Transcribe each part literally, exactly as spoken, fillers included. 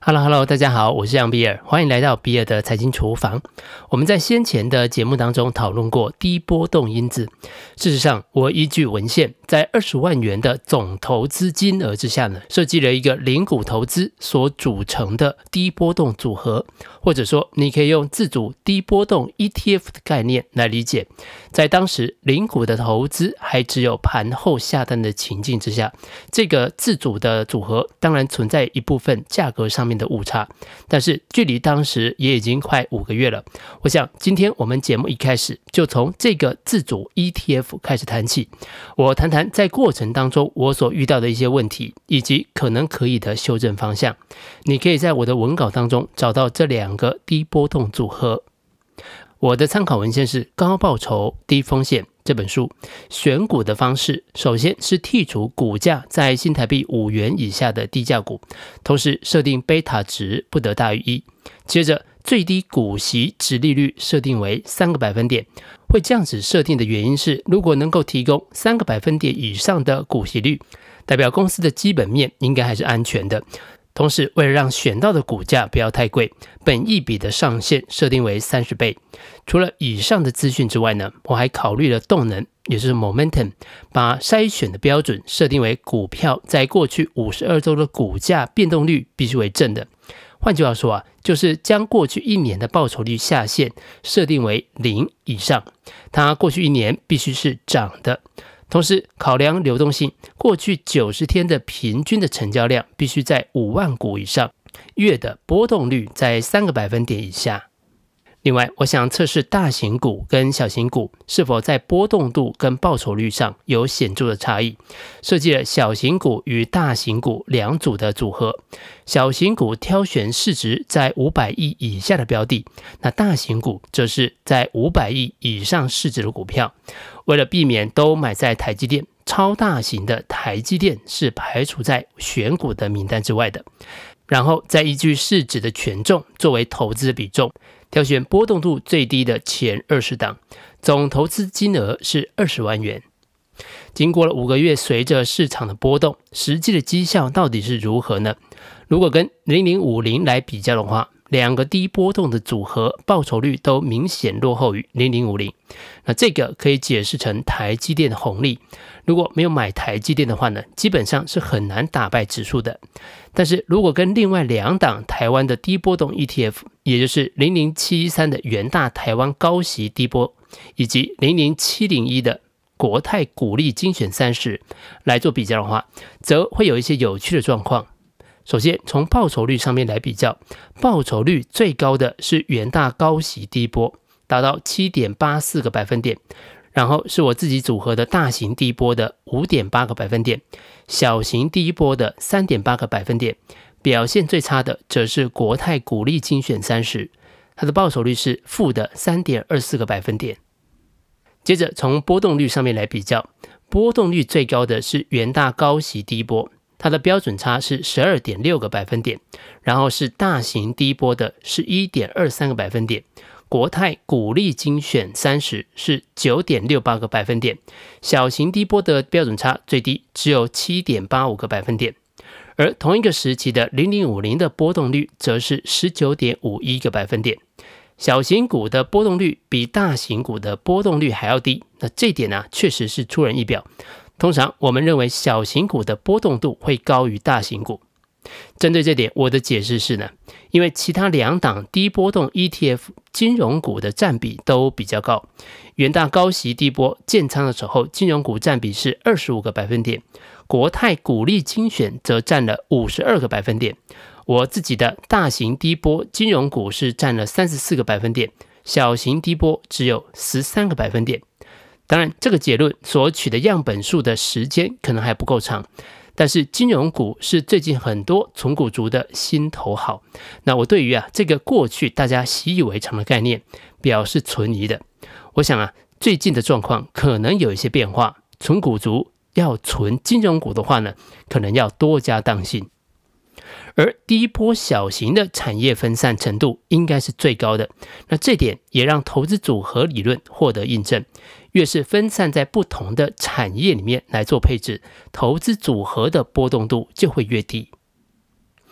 Hello Hello， 大家好，我是杨比尔，欢迎来到比尔的财经厨房。我们在先前的节目当中讨论过低波动因子。事实上，我依据文献，在二十万元的总投资金额之下呢，设计了一个零股投资所组成的低波动组合，或者说你可以用自主低波动 E T F 的概念来理解。在当时零股的投资还只有盘后下单的情境之下，这个自主的组合当然存在一部分价格上面的误差，但是距离当时也已经快五个月了。我想今天我们节目一开始就从这个自主 E T F 开始谈起，我谈谈在过程当中我所遇到的一些问题，以及可能可以的修正方向。你可以在我的文稿当中找到这两个低波动组合。我的参考文献是《高报酬低风险》这本书。选股的方式，首先是剔除股价在新台币五元以下的低价股，同时设定贝塔值不得大于一。接着，最低股息殖利率设定为三个百分点。会这样子设定的原因是，如果能够提供三个百分点以上的股息率，代表公司的基本面应该还是安全的。同时，为了让选到的股价不要太贵，本益比的上限设定为三十倍。除了以上的资讯之外呢，我还考虑了动能，也就是 momentum， 把筛选的标准设定为股票在过去五十二周的股价变动率必须为正的。换句话说啊，就是将过去一年的报酬率下限设定为零以上，它过去一年必须是涨的。同时考量流动性，过去九十天的平均的成交量必须在五万股以上，月的波动率在三个百分点以下。另外，我想测试大型股跟小型股是否在波动度跟报酬率上有显著的差异，设计了小型股与大型股两组的组合。小型股挑选市值在五百亿以下的标的，那大型股则是在五百亿以上市值的股票。为了避免都买在台积电，超大型的台积电是排除在选股的名单之外的。然后再依据市值的权重作为投资的比重，挑选波动度最低的前二十档，总投资金额是二十万元。经过了五个月，随着市场的波动，实际的绩效到底是如何呢？如果跟零零五零来比较的话，两个低波动的组合报酬率都明显落后于零零五零。那这个可以解释成台积电的红利。如果没有买台积电的话呢，基本上是很难打败指数的。但是如果跟另外两档台湾的低波动 E T F， 也就是零零七一三的元大台湾高息低波，以及零零七零一的国泰股利精选三十来做比较的话，则会有一些有趣的状况。首先，从报酬率上面来比较，报酬率最高的是元大高息低波，达到 七点八四个百分点，然后是我自己组合的大型低波的 五点八个百分点，小型低波的 三点八个百分点。表现最差的则是国泰股利精选三十，它的报酬率是负的 三点二四个百分点。接着从波动率上面来比较，波动率最高的是元大高息低波，它的标准差是 十二点六个百分点，然后是大型低波的 十一点二三个百分点，国泰股利精选三十是 九点六八个百分点，小型低波的标准差最低只有 七点八五个百分点，而同一个时期的零零五零的波动率则是 十九点五一个百分点。小型股的波动率比大型股的波动率还要低，那这点呢、啊，确实是出人意表。通常我们认为小型股的波动度会高于大型股。针对这点，我的解释是呢，因为其他两档低波动 E T F 金融股的占比都比较高。元大高息低波建仓的时候，金融股占比是二十五个百分点，国泰股利精选则占了五十二个百分点。我自己的大型低波金融股是占了三十四个百分点，小型低波只有十三个百分点。当然，这个结论所取的样本数的时间可能还不够长，但是金融股是最近很多存股族的心头好。那我对于啊这个过去大家习以为常的概念表示存疑的。我想啊，最近的状况可能有一些变化，存股族要存金融股的话呢，可能要多加当心。而低波小型的产业分散程度应该是最高的，那这点也让投资组合理论获得印证。越是分散在不同的产业里面来做配置，投资组合的波动度就会越低。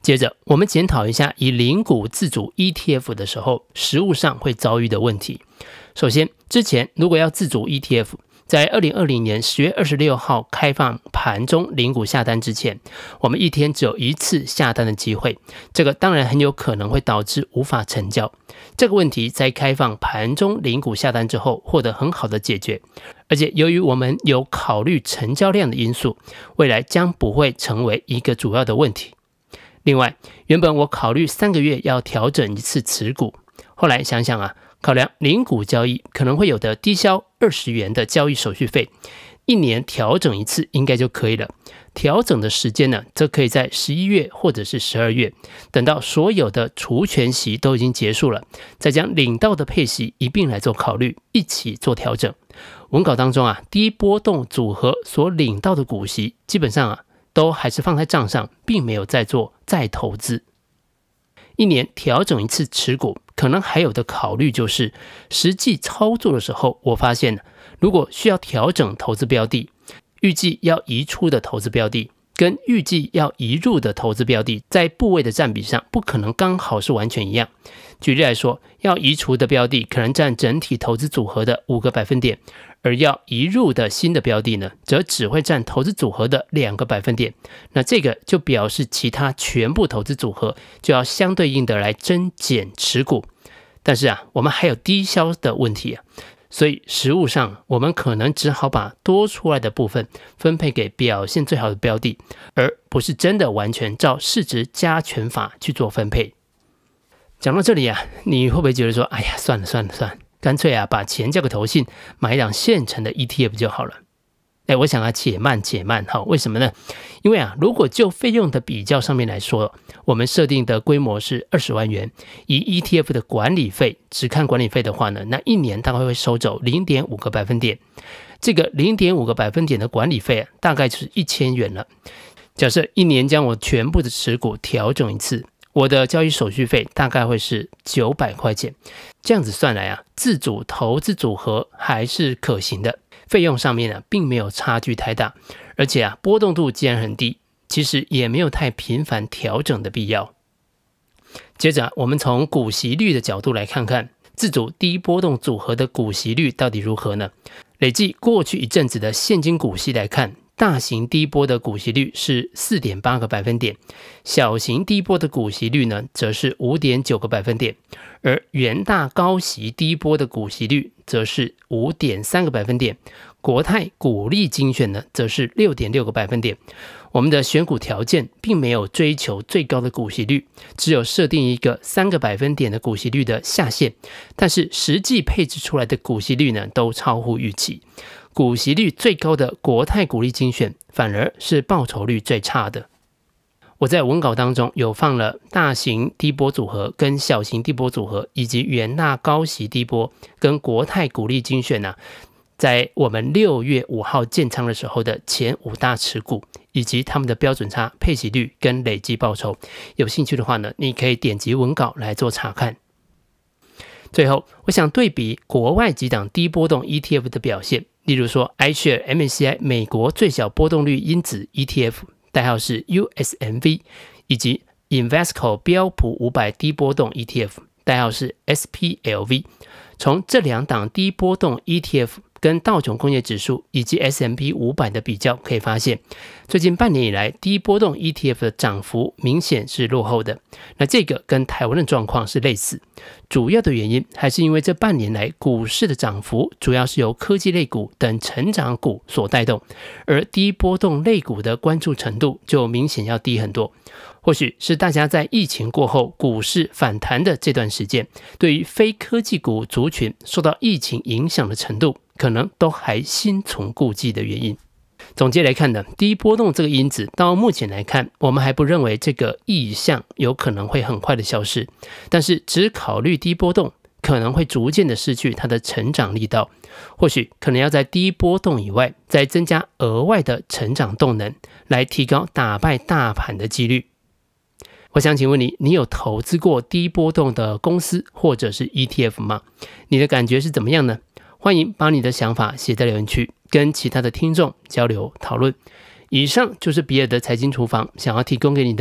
接着，我们检讨一下以零股自主 E T F 的时候，实务上会遭遇的问题。首先，之前如果要自主 E T F， 在二零二零年十月二十六号开放盘中零股下单之前，我们一天只有一次下单的机会，这个当然很有可能会导致无法成交。这个问题在开放盘中零股下单之后获得很好的解决，而且由于我们有考虑成交量的因素，未来将不会成为一个主要的问题。另外，原本我考虑三个月要调整一次持股，后来想想啊，考量零股交易可能会有的低消二十元的交易手续费，一年调整一次应该就可以了。调整的时间呢，则可以在十一月或者是十二月，等到所有的除权息都已经结束了，再将领到的配息一并来做考虑，一起做调整。文稿当中啊，低波动组合所领到的股息，基本上啊，都还是放在账上，并没有再做再投资。一年调整一次持股，可能还有的考虑就是，实际操作的时候，我发现如果需要调整投资标的，预计要移出的投资标的，跟预计要移入的投资标的，在部位的占比上，不可能刚好是完全一样。举例来说，要移除的标的可能占整体投资组合的五个百分点，而要移入的新的标的呢，则只会占投资组合的两个百分点。那这个就表示其他全部投资组合就要相对应的来增减持股。但是啊，我们还有低消的问题啊，所以实务上我们可能只好把多出来的部分分配给表现最好的标的，而不是真的完全照市值加权法去做分配。讲到这里啊，你会不会觉得说，哎呀，算了算了算了，干脆啊把钱交给投信，买一档现成的 E T F 就好了？哎，我想啊，且慢且慢，好，为什么呢？因为啊，如果就费用的比较上面来说，我们设定的规模是二十万元，以 E T F 的管理费，只看管理费的话呢，那一年大概会收走 零点五个百分点。这个 零点五个百分点的管理费啊，大概就是一千元了。假设一年将我全部的持股调整一次，我的交易手续费大概会是九百块钱。这样子算来啊，自主投资组合还是可行的。费用上面呢，并没有差距太大，而且啊，波动度既然很低，其实也没有太频繁调整的必要。接着、啊，我们从股息率的角度来看看，自主低波动组合的股息率到底如何呢？累计过去一阵子的现金股息来看，大型低波的股息率是 四点八个百分点，小型低波的股息率呢，则是 五点九个百分点，而元大高息低波的股息率则是 五点三个百分点，国泰股利精选呢，则是 六点六个百分点。我们的选股条件并没有追求最高的股息率，只有设定一个三个百分点的股息率的下限，但是实际配置出来的股息率呢，都超乎预期。股息率最高的国泰股利精选反而是报酬率最差的。我在文稿当中有放了大型低波组合跟小型低波组合，以及元大高息低波跟国泰股利精选啊，在我们六月五号建仓的时候的前五大持股，以及他们的标准差、配息率跟累计报酬。有兴趣的话呢，你可以点击文稿来做查看。最后，我想对比国外几档低波动 E T F 的表现，例如说 iShares M S C I 美国最小波动率因子 E T F， 代号是 U S M V， 以及 Invesco 标普五百低波动 E T F， 代号是 S P L V。 从这两档低波动 E T F跟道琼工业指数以及 S and P 五百的比较，可以发现最近半年以来低波动 E T F 的涨幅明显是落后的。那这个跟台湾的状况是类似，主要的原因还是因为这半年来股市的涨幅主要是由科技类股等成长股所带动，而低波动类股的关注程度就明显要低很多。或许是大家在疫情过后股市反弹的这段时间，对于非科技股族群受到疫情影响的程度可能都还心存顾忌的原因。总结来看呢，低波动这个因子到目前来看，我们还不认为这个意象有可能会很快的消失，但是只考虑低波动可能会逐渐的失去它的成长力道，或许可能要在低波动以外再增加额外的成长动能，来提高打败大盘的几率。我想请问你，你有投资过低波动的公司或者是 E T F 吗？你的感觉是怎么样呢？欢迎把你的想法写在留言区，跟其他的听众交流讨论。以上就是比尔的财经厨房想要提供给你的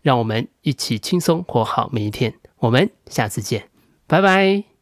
让我们一起轻松活好每一天。我们下次见，拜拜。